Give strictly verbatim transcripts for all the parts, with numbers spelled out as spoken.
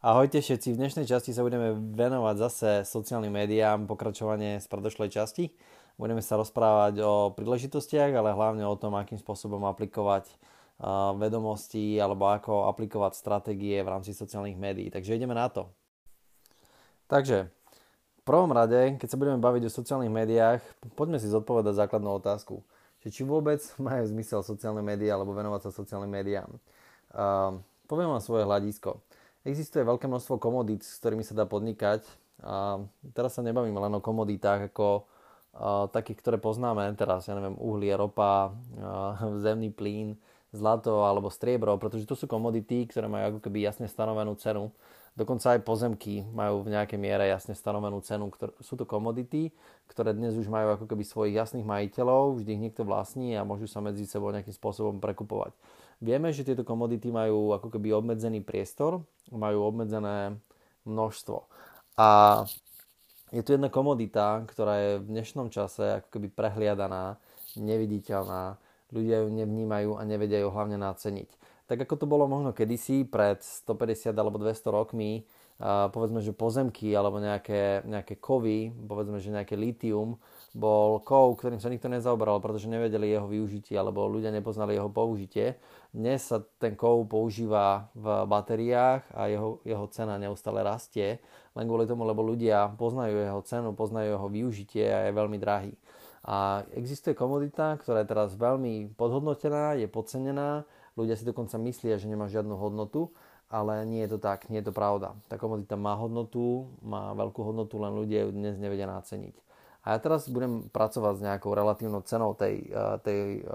Ahojte všetci, v dnešnej časti sa budeme venovať zase sociálnym médiám, pokračovanie z predošlej časti. Budeme sa rozprávať o príležitostiach, ale hlavne o tom, akým spôsobom aplikovať uh, vedomosti alebo ako aplikovať stratégie v rámci sociálnych médií. Takže ideme na to. Takže, v prvom rade, keď sa budeme baviť o sociálnych médiách, poďme si zodpovedať základnú otázku. Že či vôbec majú zmysel sociálne médiá alebo venovať sa sociálnym médiám. Uh, poviem vám svoje hľadisko. Existuje veľké množstvo komodít, s ktorými sa dá podnikať. A teraz sa nebavím len o komoditách ako a, takých, ktoré poznáme. Teraz, ja neviem, uhlie, ropa, a, zemný plyn, zlato alebo striebro, pretože to sú komodity, ktoré majú ako keby jasne stanovenú cenu. Dokonca aj pozemky majú v nejakej miere jasne stanovenú cenu. Ktoré, sú to komodity, ktoré dnes už majú ako keby svojich jasných majiteľov, vždy ich niekto vlastní a môžu sa medzi sebou nejakým spôsobom prekupovať. Vieme, že tieto komodity majú ako keby obmedzený priestor, majú obmedzené množstvo. A je tu jedna komodita, ktorá je v dnešnom čase ako keby prehliadaná, neviditeľná, ľudia ju nevnímajú a nevedia ju hlavne naceniť. Tak ako to bolo možno kedysi, pred stopäťdesiat alebo dvesto rokmi, a povedzme, že pozemky alebo nejaké, nejaké kovy, povedzme, že nejaké litium, bol kov, ktorým sa nikto nezaoberal, pretože nevedeli jeho využitie alebo ľudia nepoznali jeho použitie. Dnes sa ten kov používa v batériách a jeho, jeho cena neustále rastie, len kvôli tomu, lebo ľudia poznajú jeho cenu, poznajú jeho využitie a je veľmi drahý. A existuje komodita, ktorá je teraz veľmi podhodnotená, je podcenená, ľudia si dokonca myslia, že nemá žiadnu hodnotu, ale nie je to tak, nie je to pravda. Tá komodita má hodnotu, má veľkú hodnotu, len ľudia ju dnes nevedia naceniť. A ja teraz budem pracovať s nejakou relatívnou cenou tej, tej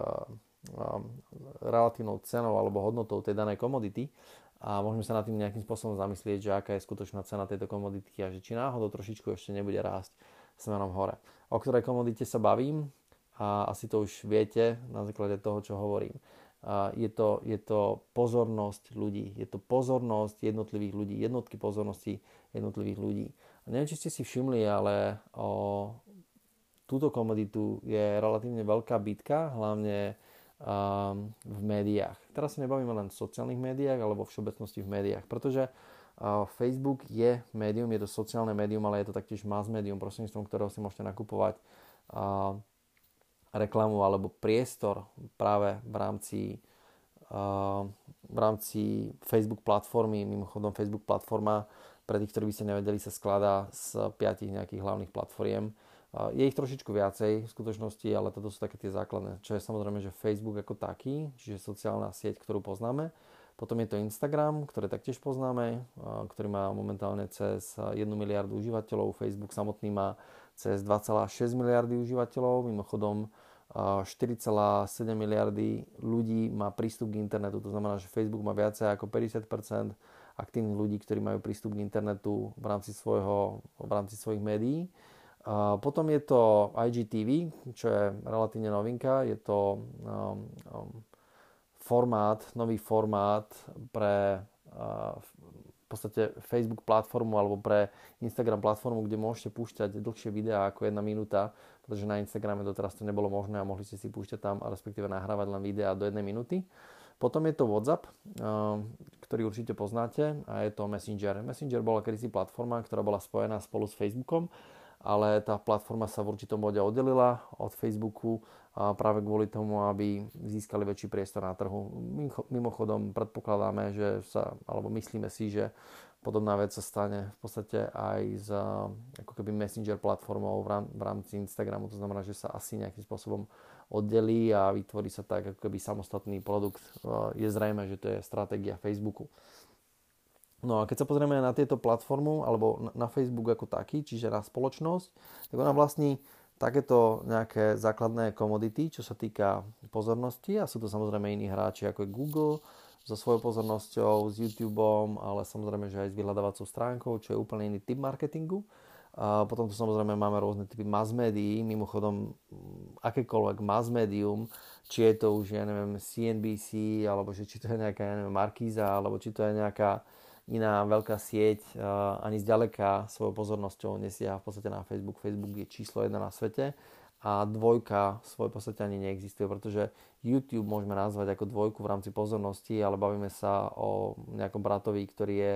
uh, relatívnou cenou alebo hodnotou tej danej komodity a môžeme sa nad tým nejakým spôsobom zamyslieť, že aká je skutočná cena tejto komodity a že či náhodou trošičku ešte nebude rásť smerom hore. O ktorej komodite sa bavím a asi to už viete na základe toho, čo hovorím. Uh, je, to, je to pozornosť ľudí, je to pozornosť jednotlivých ľudí, jednotky pozornosti jednotlivých ľudí. A neviem, či ste si všimli, ale o túto komoditu je relatívne veľká bitka, hlavne um, v médiách. Teraz sa nebavíme len v sociálnych médiách, alebo v všeobecnosti v médiách, pretože uh, Facebook je médium, je to sociálne médium, ale je to taktiež mass médium, prostredníctvom ktorého si môžete nakupovať uh, reklamu alebo priestor práve v rámci, uh, v rámci Facebook platformy. Mimochodom Facebook platforma, pre tých, ktorí by ste nevedeli, sa skladá z piatich nejakých hlavných platformiem. Je ich trošičku viacej v skutočnosti, ale toto sú také tie základné. Čo je samozrejme, že Facebook ako taký, čiže sociálna sieť, ktorú poznáme. Potom je to Instagram, ktorý taktiež poznáme, ktorý má momentálne cez jednu miliardu užívateľov. Facebook samotný má cez dva celé šesť miliardy užívateľov. Mimochodom štyri celé sedem miliardy ľudí má prístup k internetu. To znamená, že Facebook má viacej ako päťdesiat percent aktívnych ľudí, ktorí majú prístup k internetu v rámci, svojho, v rámci svojich médií. Uh, potom je to í gé té vé, čo je relatívne novinka. Je to um, um, formát, nový formát pre uh, v podstate Facebook platformu alebo pre Instagram platformu, kde môžete púšťať dlhšie videá ako jedna minúta, pretože na Instagrame doteraz to nebolo možné a mohli ste si púšťať tam a respektíve nahrávať len videá do jednej minúty. Potom je to WhatsApp, uh, ktorý určite poznáte, a je to Messenger. Messenger bola kedysi platforma, ktorá bola spojená spolu s Facebookom, ale tá platforma sa v určitom bode oddelila od Facebooku práve kvôli tomu, aby získali väčší priestor na trhu. Mimochodom predpokladáme, že sa, alebo myslíme si, že podobná vec sa stane v podstate aj s ako keby Messenger platformou v rámci Instagramu. To znamená, že sa asi nejakým spôsobom oddelí a vytvorí sa tak ako keby samostatný produkt. Je zrejme, že to je stratégia Facebooku. No a keď sa pozrieme na tieto platformu alebo na Facebook ako taký, čiže na spoločnosť, tak ona vlastní takéto nejaké základné komodity, čo sa týka pozornosti, a sú to samozrejme iní hráči ako je Google so svojou pozornosťou, s YouTubeom, ale samozrejme, že aj s vyhľadávacou stránkou, čo je úplne iný typ marketingu. A potom tu samozrejme máme rôzne typy mass médií, mimochodom akékoľvek mass médium, či je to už, ja neviem, C N B C, alebo že či to je nejaká, ja neviem, Markíza, alebo či to je nejaká iná veľká sieť, uh, ani zďaleka svojou pozornosťou nesiaha v podstate na Facebook. Facebook je číslo jedna na svete a dvojka svoj podstate ani neexistuje, pretože YouTube môžeme nazvať ako dvojku v rámci pozornosti, ale bavíme sa o nejakom bratovi, ktorý je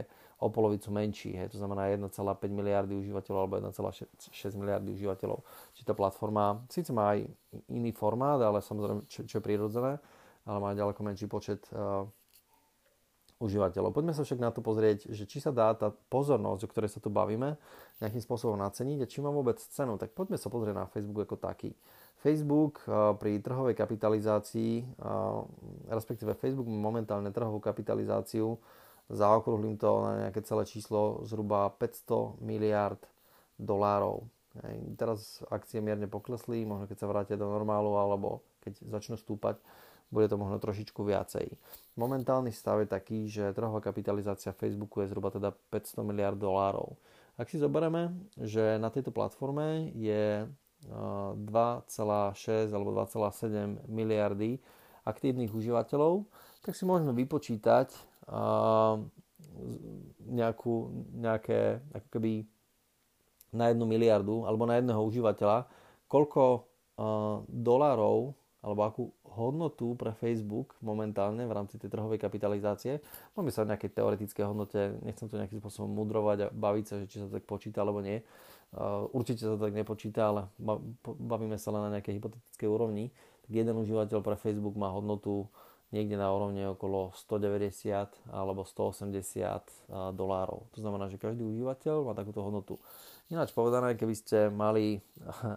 o polovicu menší. Hej. To znamená jeden celá päť miliardy užívateľov alebo jeden celá šesť miliardy užívateľov. Či tá platforma síce má aj iný formát, ale samozrejme, čo, čo je prirodzené, ale má ďaleko menší počet uh, užívateľov. Poďme sa však na to pozrieť, že či sa dá tá pozornosť, o ktorej sa tu bavíme, nejakým spôsobom naceniť a či má vôbec cenu. Tak poďme sa pozrieť na Facebook ako taký. Facebook uh, pri trhovej kapitalizácii, uh, respektíve Facebook momentálne trhovú kapitalizáciu, zaokrúhlim to na nejaké celé číslo, zhruba päťsto miliárd dolárov. Hej. Teraz akcie mierne poklesli, možno keď sa vrátia do normálu alebo keď začnú stúpať, bude to možno trošičku viacej. Momentálny stav je taký, že trhová kapitalizácia Facebooku je zhruba teda päťsto miliárd dolárov. Ak si zoberieme, že na tejto platforme je dva celá šesť alebo dva celá sedem miliardy aktívnych užívateľov, tak si môžeme vypočítať uh, nejakú, nejaké ako keby na jednu miliardu alebo na jedného užívateľa, koľko uh, dolárov alebo akú hodnotu pre Facebook momentálne v rámci tej trhovej kapitalizácie. Môžeme sa o nejakej teoretickej hodnote, nechcem to nejakým spôsobom mudrovať a baviť sa, že či sa to tak počíta alebo nie. Uh, určite sa to tak nepočíta, ale bavíme sa len na nejakej hypotetickej úrovni. Tak jeden užívateľ pre Facebook má hodnotu niekde na úrovni okolo stodeväťdesiat alebo stoosemdesiat dolárov. To znamená, že každý užívateľ má takúto hodnotu. Ináč povedané, keby ste mali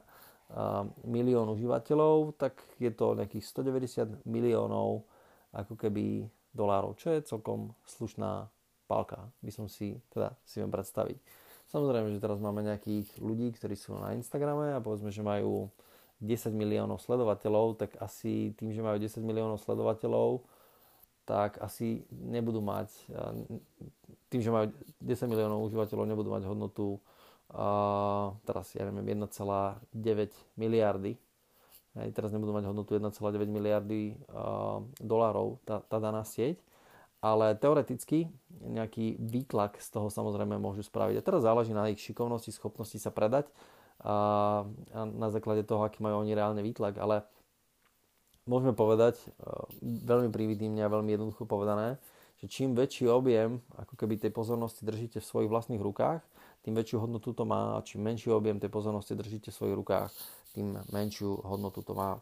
milión užívateľov, tak je to nejakých stodeväťdesiat miliónov ako keby dolárov, čo je celkom slušná pálka, by som si teda si viem predstaviť. Samozrejme, že teraz máme nejakých ľudí, ktorí sú na Instagrame a povedzme, že majú desať miliónov sledovateľov, tak asi tým, že majú desať miliónov sledovateľov, tak asi nebudú mať, tým, že majú desať miliónov užívateľov, nebudú mať hodnotu Uh, teraz ja neviem jeden celá deväť miliardy. Hej, teraz nebudú mať hodnotu jeden celá deväť miliardy uh, dolárov tá, tá daná sieť, ale teoreticky nejaký výtlak z toho samozrejme môžu spraviť. A teraz záleží na ich šikovnosti, schopnosti sa predať uh, a na základe toho, aký majú oni reálne výtlak, ale môžeme povedať uh, veľmi prividívne a veľmi jednoducho povedané, že čím väčší objem ako keby tej pozornosti držíte v svojich vlastných rukách, tým väčšiu hodnotu to má a čím menší objem tej pozornosti držíte v svojich rukách, tým menšiu hodnotu to má.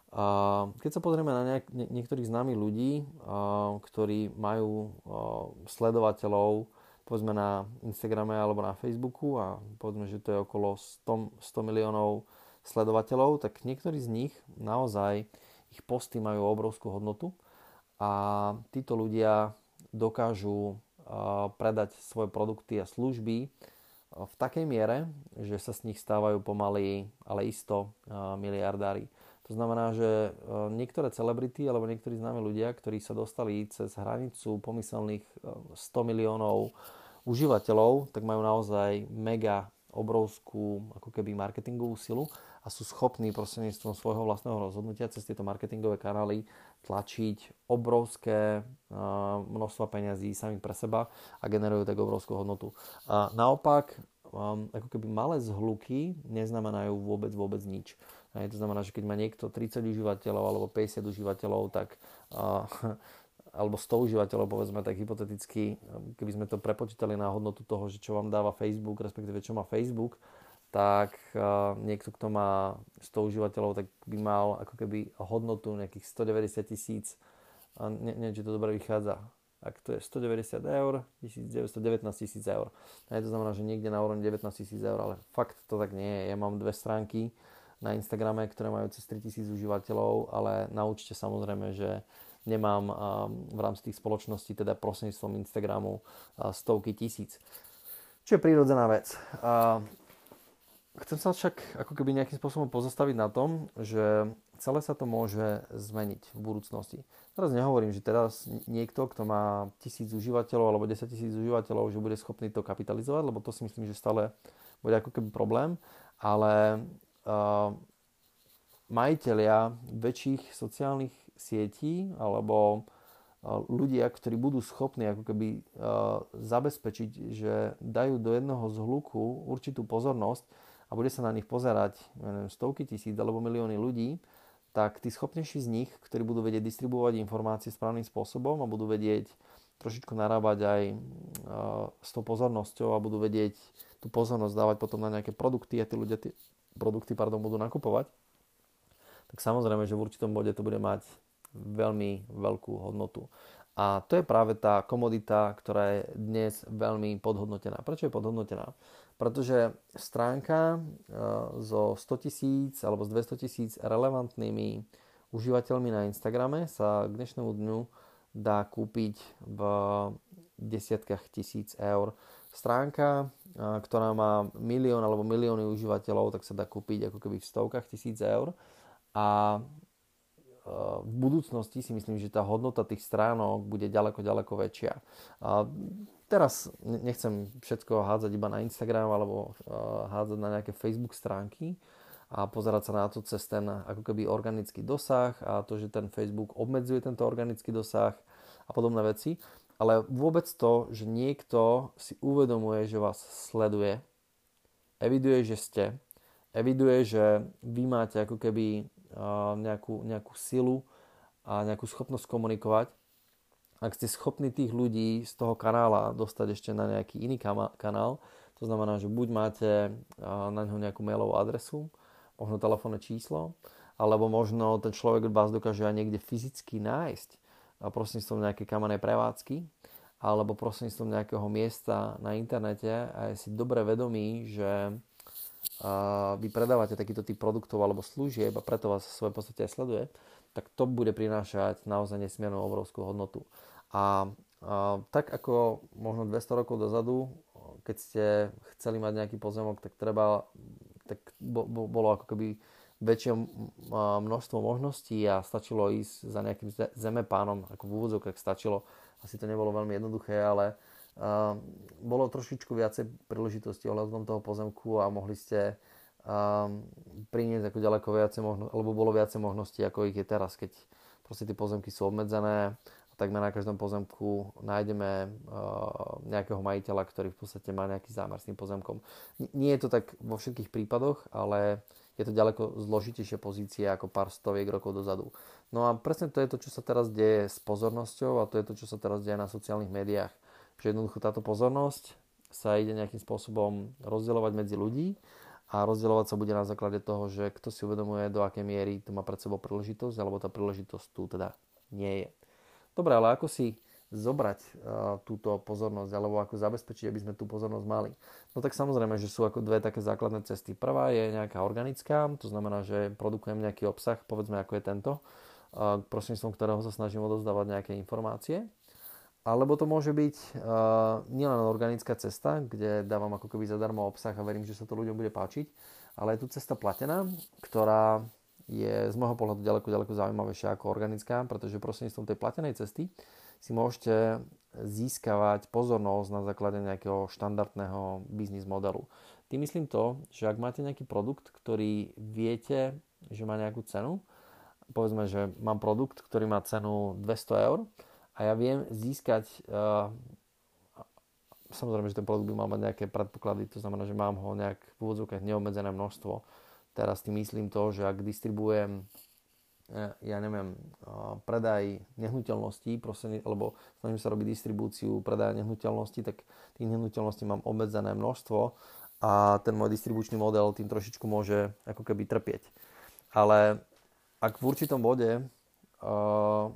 Keď sa pozrieme na nejak, niektorých známych ľudí, ktorí majú sledovateľov povedzme na Instagrame alebo na Facebooku a povedzme, že to je okolo sto miliónov sledovateľov, tak niektorí z nich naozaj ich posty majú obrovskú hodnotu a títo ľudia dokážu predať svoje produkty a služby v takej miere, že sa z nich stávajú pomaly, ale isto miliardári. To znamená, že niektoré celebrity alebo niektorí známi ľudia, ktorí sa dostali cez hranicu pomyselných sto miliónov užívateľov, tak majú naozaj mega obrovskú ako keby marketingovú silu a sú schopní prostredníctvom svojho vlastného rozhodnutia cez tieto marketingové kanály tlačiť obrovské množstva peňazí sami pre seba a generujú tak obrovskú hodnotu. A naopak, ako keby malé zhluky neznamenajú vôbec, vôbec nič. Hej, to znamená, že keď má niekto tridsať užívateľov alebo päťdesiat užívateľov, tak alebo sto užívateľov, povedzme tak hypoteticky, keby sme to prepočítali na hodnotu toho, že čo vám dáva Facebook, respektíve čo má Facebook, tak uh, niekto, kto má sto užívateľov, tak by mal ako keby hodnotu nejakých stodeväťdesiat tisíc, a ne, neviem, či to dobre vychádza. Ak to je stodeväťdesiat eur, devätnásť tisíc eur. A to znamená, že niekde na úrovni devätnásť tisíc eur, ale fakt to tak nie je. Ja mám dve stránky na Instagrame, ktoré majú cez tritisíc užívateľov, ale na účte samozrejme, že nemám um, v rámci tých spoločností, teda prostredníctvom Instagramu uh, stovky tisíc. Čo je prírodzená vec. Uh, chcem sa však ako keby nejakým spôsobom pozastaviť na tom, že celé sa to môže zmeniť v budúcnosti. Teraz nehovorím, že teraz niekto, kto má tisíc užívateľov alebo desať tisíc užívateľov, že bude schopný to kapitalizovať, lebo to si myslím, že stále bude ako keby problém, ale uh, majitelia väčších sociálnych sietí alebo ľudia, ktorí budú schopní ako keby uh, zabezpečiť, že dajú do jedného zhluku určitú pozornosť a bude sa na nich pozerať neviem, stovky tisíc alebo milióny ľudí, tak tí schopnejší z nich, ktorí budú vedieť distribuovať informácie správnym spôsobom a budú vedieť trošičku narábať aj s tou pozornosťou a budú vedieť tú pozornosť dávať potom na nejaké produkty a tí ľudia tie produkty pardon, budú nakupovať, tak samozrejme, že v určitom bode to bude mať veľmi veľkú hodnotu. A to je práve tá komodita, ktorá je dnes veľmi podhodnotená. Prečo je podhodnotená? Pretože stránka so sto tisíc alebo s dvesto tisíc relevantnými užívateľmi na Instagrame sa k dnešnému dňu dá kúpiť v desiatkách tisíc eur. Stránka, ktorá má milión alebo milióny užívateľov, tak sa dá kúpiť ako keby v stovkách tisíc eur. A v budúcnosti si myslím, že tá hodnota tých stránok bude ďaleko, ďaleko väčšia. A teraz nechcem všetko hádzať iba na Instagram alebo hádzať na nejaké Facebook stránky a pozerať sa na to cez ten ako keby organický dosah a to, že ten Facebook obmedzuje tento organický dosah a podobné veci. Ale vôbec to, že niekto si uvedomuje, že vás sleduje, eviduje, že ste, eviduje, že vy máte ako keby Nejakú, nejakú silu a nejakú schopnosť komunikovať. Ak ste schopní tých ľudí z toho kanála dostať ešte na nejaký iný kanál, to znamená, že buď máte na ňo nejakú mailovú adresu, možno telefónne číslo, alebo možno ten človek vás dokáže aj niekde fyzicky nájsť prostredníctvom nejakej kamennej prevádzky alebo prostredníctvom nejakého miesta na internete a je si dobre vedomý, že a vy predávate takýto typ produktov alebo služieb a preto vás v svojej podstate aj sleduje, tak to bude prinášať naozaj nesmiernu obrovskú hodnotu. A, a tak ako možno dvesto rokov dozadu, keď ste chceli mať nejaký pozemok, tak treba, tak bo, bo, bolo ako keby väčšie množstvo možností a stačilo ísť za nejakým zemepánom, ako v úvodzovkách stačilo. Asi to nebolo veľmi jednoduché, ale Uh, bolo trošičku viacej príležitostí ohľadom toho pozemku a mohli ste uh, priniesť ako ďaleko viacej možno, alebo bolo viacej možností, ako ich je teraz, keď proste tie pozemky sú obmedzené a takmer na každom pozemku nájdeme uh, nejakého majiteľa, ktorý v podstate má nejaký zámer s tým pozemkom. N- nie je to tak vo všetkých prípadoch, ale je to ďaleko zložitejšia pozícia ako pár stoviek rokov dozadu. No a presne to je to, čo sa teraz deje s pozornosťou a to je to, čo sa teraz deje na sociálnych médiách. Že jednoducho táto pozornosť sa ide nejakým spôsobom rozdielovať medzi ľudí a rozdielovať sa bude na základe toho, že kto si uvedomuje, do akej miery to má pred sebou príležitosť, alebo tá príležitosť tu teda nie je. Dobre, ale ako si zobrať uh, túto pozornosť, alebo ako zabezpečiť, aby sme tú pozornosť mali? No tak samozrejme, že sú ako dve také základné cesty. Prvá je nejaká organická, to znamená, že produkujem nejaký obsah, povedzme ako je tento, uh, prostredníctvom ktorého sa snažím odovzdávať nejaké informácie. Alebo to môže byť uh, nielen organická cesta, kde dávam ako keby zadarmo obsah a verím, že sa to ľuďom bude páčiť, ale je tu cesta platená, ktorá je z môjho pohľadu ďaleko, ďaleko zaujímavejšia ako organická, pretože prostredníctvom tej platenej cesty si môžete získavať pozornosť na základe nejakého štandardného biznis modelu. Tým myslím to, že ak máte nejaký produkt, ktorý viete, že má nejakú cenu, povedzme, že mám produkt, ktorý má cenu dvesto eur, a ja viem získať, uh, samozrejme, že ten produkt by mal mať nejaké predpoklady, to znamená, že mám ho nejak v úvodzovkách neobmedzené množstvo. Teraz tým myslím to, že ak distribuujem, ja neviem, uh, predaj nehnuteľností, proste, alebo snažím sa robiť distribúciu predaja nehnuteľností, tak tých nehnuteľností mám obmedzené množstvo a ten môj distribučný model tým trošičku môže ako keby trpieť. Ale ak v určitom bode uh,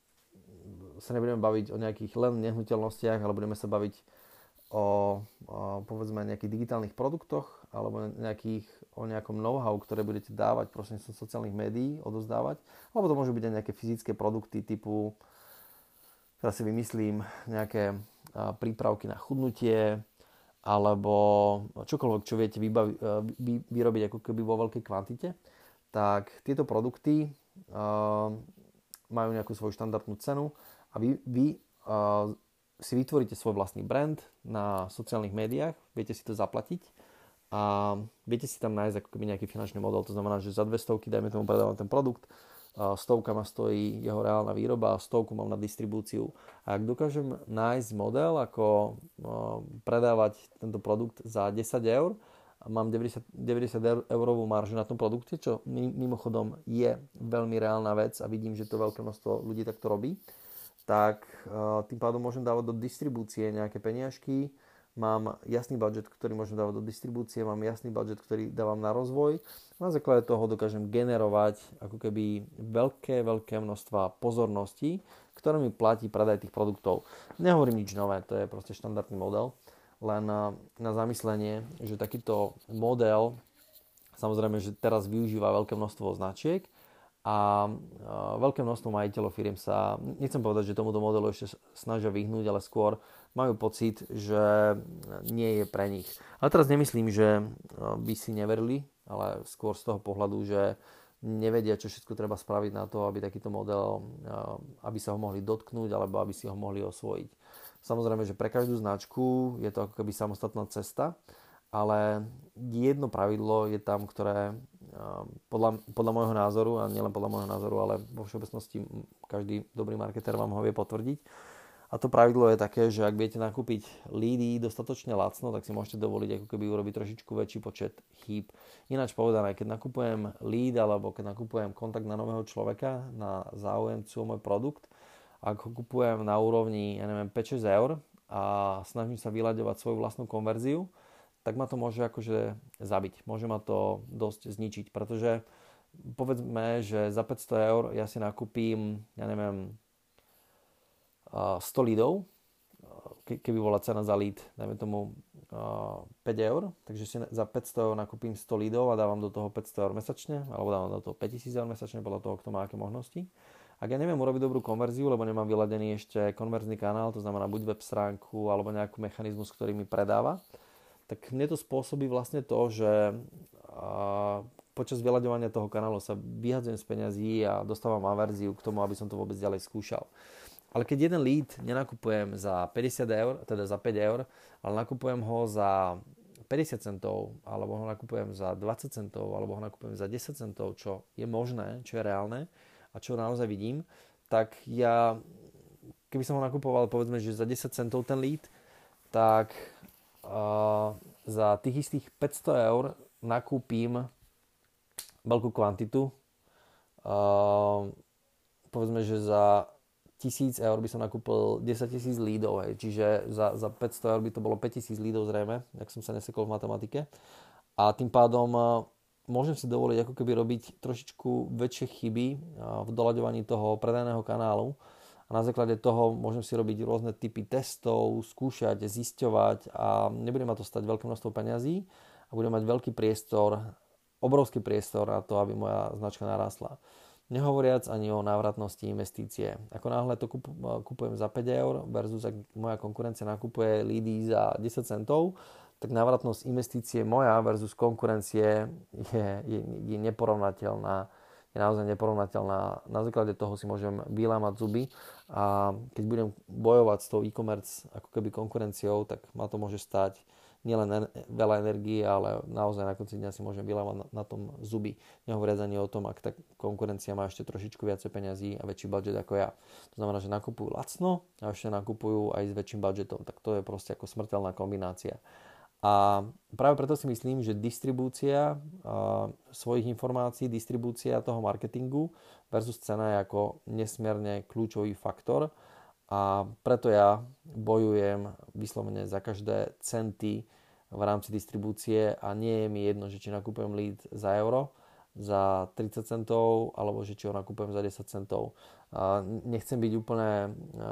sa nebudeme baviť o nejakých len nehnuteľnostiach, ale budeme sa baviť o, o povedzme nejakých digitálnych produktoch alebo nejakých, o nejakom know-how, ktoré budete dávať prostredníctvom sociálnych médií, odozdávať, alebo to môžu byť aj nejaké fyzické produkty typu, teraz si vymyslím, nejaké a, prípravky na chudnutie alebo čokoľvek, čo viete vybavi, vy, vyrobiť ako keby vo veľkej kvantite, tak tieto produkty a, majú nejakú svoju štandardnú cenu a vy, vy uh, si vytvoríte svoj vlastný brand na sociálnych médiách, viete si to zaplatiť a viete si tam nájsť ako keby nejaký finančný model. To znamená, že za dve stovky, dajme tomu, predávam ten produkt, uh, stovka ma stojí jeho reálna výroba a stovku mám na distribúciu. A ak dokážem nájsť model, ako uh, predávať tento produkt za desať eur, a mám deväťdesiat, deväťdesiat eurovú maržu na tom produkte, čo mimochodom je veľmi reálna vec a vidím, že to veľké množstvo ľudí takto robí, tak tým pádom môžem dávať do distribúcie nejaké peniažky, mám jasný budget, ktorý môžem dávať do distribúcie, mám jasný budget, ktorý dávam na rozvoj. Na základe toho dokážem generovať ako keby veľké, veľké množstva pozorností, ktoré mi platí predaj tých produktov. Nehovorím nič nové, to je proste štandardný model, len na, na zamyslenie, že takýto model, samozrejme, že teraz využíva veľké množstvo značiek a veľké množstvo majiteľov firiem sa, nechcem povedať, že tomuto modelu ešte snažia vyhnúť, ale skôr majú pocit, že nie je pre nich. Ale teraz nemyslím, že by si neverili, ale skôr z toho pohľadu, že nevedia, čo všetko treba spraviť na to, aby takýto model, aby sa ho mohli dotknúť, alebo aby si ho mohli osvojiť. Samozrejme, že pre každú značku je to ako keby samostatná cesta, ale jedno pravidlo je tam, ktoré podľa, podľa môjho názoru, a nielen podľa môjho názoru, ale vo všeobecnosti každý dobrý marketér vám ho vie potvrdiť. A to pravidlo je také, že ak viete nakúpiť lídy dostatočne lacno, tak si môžete dovoliť ako keby urobiť trošičku väčší počet chýb. Ináč povedané, keď nakupujem lead alebo keď nakupujem kontakt na nového človeka, na záujemcu o môj produkt, ak ho kupujem na úrovni, ja neviem, päť šesť eur a snažím sa vyľaďovať svoju vlastnú konverziu, tak ma to môže akože zabiť. Môže ma to dosť zničiť, pretože povedzme, že za päťsto eur ja si nakúpim, ja neviem, sto lídov, keby bola cena za líd, dajme tomu päť eur, takže si za päťsto eur nakúpim sto lídov a dávam do toho päťsto eur mesačne, alebo dávam do toho päťtisíc eur mesačne, podľa toho, kto má aké možnosti. Ak ja neviem urobiť dobrú konverziu, lebo nemám vyladený ešte konverzný kanál, to znamená buď web stránku, alebo nejaký mechanizmus, ktorý mi predáva, tak mne to spôsobí vlastne to, že počas vyľaďovania toho kanálu sa vyhadzujem z peňazí a dostávam averziu k tomu, aby som to vôbec ďalej skúšal. Ale keď jeden lead nenakupujem za päťdesiat eur, teda za päť eur, ale nakupujem ho za päťdesiat centov, alebo ho nakupujem za dvadsať centov, alebo ho nakupujem za desať centov, čo je možné, čo je reálne a čo naozaj vidím, tak ja, keby som ho nakupoval, povedzme, že za desať centov ten lead, tak uh, za tých istých päťsto eur nakúpim veľkú kvantitu. Uh, povedzme, že za tisíc eur by som nakúpil desaťtisíc lídov, hej. Čiže za, za päťsto eur by to bolo päťtisíc lídov zrejme, ak som sa nesekol v matematike. A tým pádom môžem si dovoliť ako keby robiť trošičku väčšie chyby v doľaďovaní toho predajného kanálu. A na základe toho môžem si robiť rôzne typy testov, skúšať, zisťovať a nebude ma to stať veľké množstvo peňazí a budem mať veľký priestor, obrovský priestor na to, aby moja značka narastla. Nehovoriac ani o návratnosti investície. Ako náhle to kupujem za päť eur versus ak moja konkurencia nakupuje lídy za desať centov, tak návratnosť investície moja versus konkurencie je, je, je neporovnateľná. Je naozaj neporovnateľná. Na základe toho si môžem vylámať zuby a keď budem bojovať s tou e-commerce ako keby konkurenciou, tak ma to môže stať nielen en- veľa energie, ale naozaj na konci dňa si môžem vylávať na, na tom zuby. Nehovoriac ani o tom, ak tá konkurencia má ešte trošičku viacej peňazí a väčší budget ako ja. To znamená, že nakupujú lacno a ešte nakupujú aj s väčším budžetom. Tak to je proste ako smrteľná kombinácia. A práve preto si myslím, že distribúcia a, svojich informácií, distribúcia toho marketingu versus cena je ako nesmierne kľúčový faktor. A preto ja bojujem vyslovene za každé centy v rámci distribúcie a nie je mi jedno, že či nakupujem lead za euro, za tridsať centov, alebo že či ho nakupujem za desať centov. A nechcem byť úplne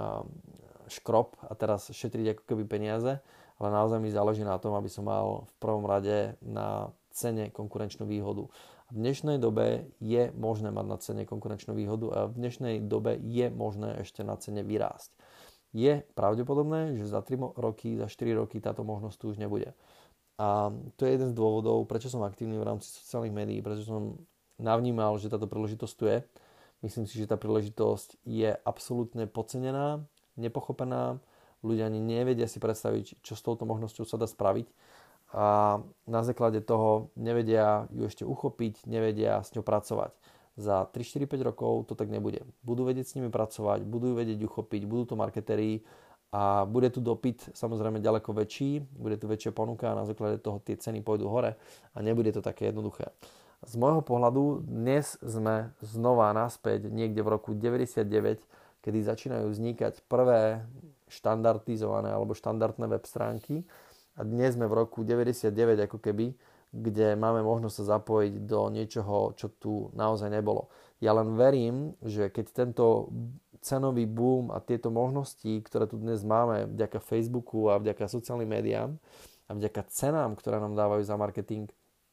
škrob a teraz šetriť ako keby peniaze, ale naozaj mi záleží na tom, aby som mal v prvom rade na cene konkurenčnú výhodu. V dnešnej dobe je možné mať na cene konkurenčnú výhodu a v dnešnej dobe je možné ešte na cene vyrásť. Je pravdepodobné, že za tri roky, za štyri roky táto možnosť tu už nebude. A to je jeden z dôvodov, prečo som aktívny v rámci sociálnych médií, prečo som navnímal, že táto príležitosť tu je. Myslím si, že tá príležitosť je absolútne podcenená, nepochopená. Ľudia ani nevedia si predstaviť, čo s touto možnosťou sa dá spraviť. A na základe toho nevedia ju ešte uchopiť, nevedia s ňou pracovať. Za tri, štyri, päť rokov to tak nebude. Budú vedieť s nimi pracovať, budú vedieť uchopiť, budú to marketéri a bude tu dopyt samozrejme ďaleko väčší, bude tu väčšia ponuka a na základe toho tie ceny pôjdu hore a nebude to také jednoduché. Z môjho pohľadu dnes sme znova naspäť niekde v roku deväťdesiatdeväť, kedy začínajú vznikať prvé štandardizované alebo štandardné web stránky a dnes sme v roku deväťdesiatdeväť ako keby, kde máme možnosť sa zapojiť do niečoho, čo tu naozaj nebolo. Ja len verím, že keď tento cenový boom a tieto možnosti, ktoré tu dnes máme vďaka Facebooku a vďaka sociálnym médiám a vďaka cenám, ktoré nám dávajú za marketing,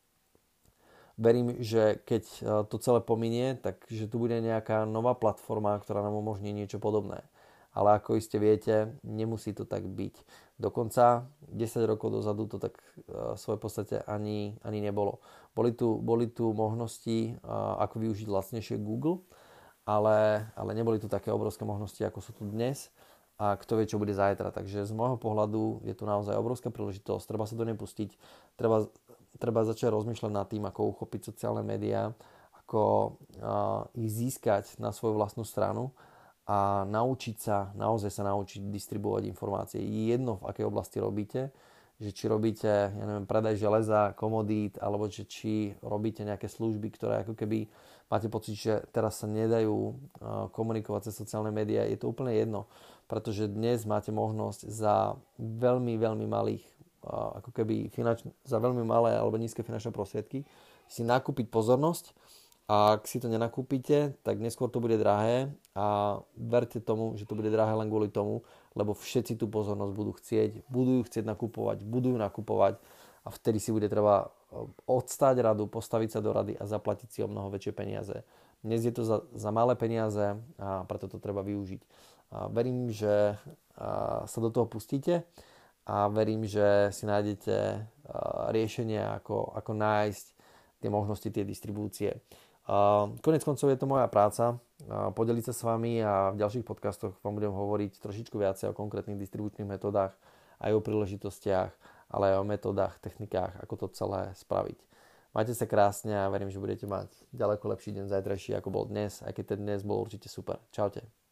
verím, že keď to celé pominie, takže tu bude nejaká nová platforma, ktorá nám umožní niečo podobné. Ale ako iste viete, nemusí to tak byť. Dokonca desať rokov dozadu to tak v svojej podstate ani, ani nebolo. Boli tu, boli tu možnosti, ako využiť lacnejšie Google, ale, ale neboli tu také obrovské možnosti, ako sú tu dnes. A kto vie, čo bude zajtra. Takže z môjho pohľadu je tu naozaj obrovská príležitosť. Treba sa do nej pustiť. Treba, treba začať rozmýšľať nad tým, ako uchopiť sociálne médiá, ako uh, ich získať na svoju vlastnú stranu a naučiť sa, naozaj sa naučiť distribuovať informácie. Jedno, v akej oblasti robíte, že či robíte, ja neviem, predaj železa, komodít, alebo že či robíte nejaké služby, ktoré ako keby máte pocit, že teraz sa nedajú komunikovať cez sociálne médiá, je to úplne jedno, pretože dnes máte možnosť za veľmi, veľmi malých, ako keby finanč, za veľmi malé alebo nízke finančné prostriedky si nakúpiť pozornosť. A ak si to nenakúpite, tak neskôr to bude drahé a verte tomu, že to bude drahé len kvôli tomu, lebo všetci tú pozornosť budú chcieť, budú ju chcieť nakupovať, budú ju nakupovať a vtedy si bude treba odstáť radu, postaviť sa do rady a zaplatiť si o mnoho väčšie peniaze. Dnes je to za, za malé peniaze a preto to treba využiť. A verím, že sa do toho pustíte a verím, že si nájdete riešenie, ako, ako nájsť tie možnosti, tie distribúcie. Uh, konec koncov je to moja práca uh, podeliť sa s vami a v ďalších podcastoch vám budem hovoriť trošičku viacej o konkrétnych distribučných metodách, aj o príležitostiach, ale aj o metodách, technikách, ako to celé spraviť. Majte sa krásne a verím, že budete mať ďaleko lepší deň zajtrajší, ako bol dnes, aj keď ten dnes bol určite super. Čaute.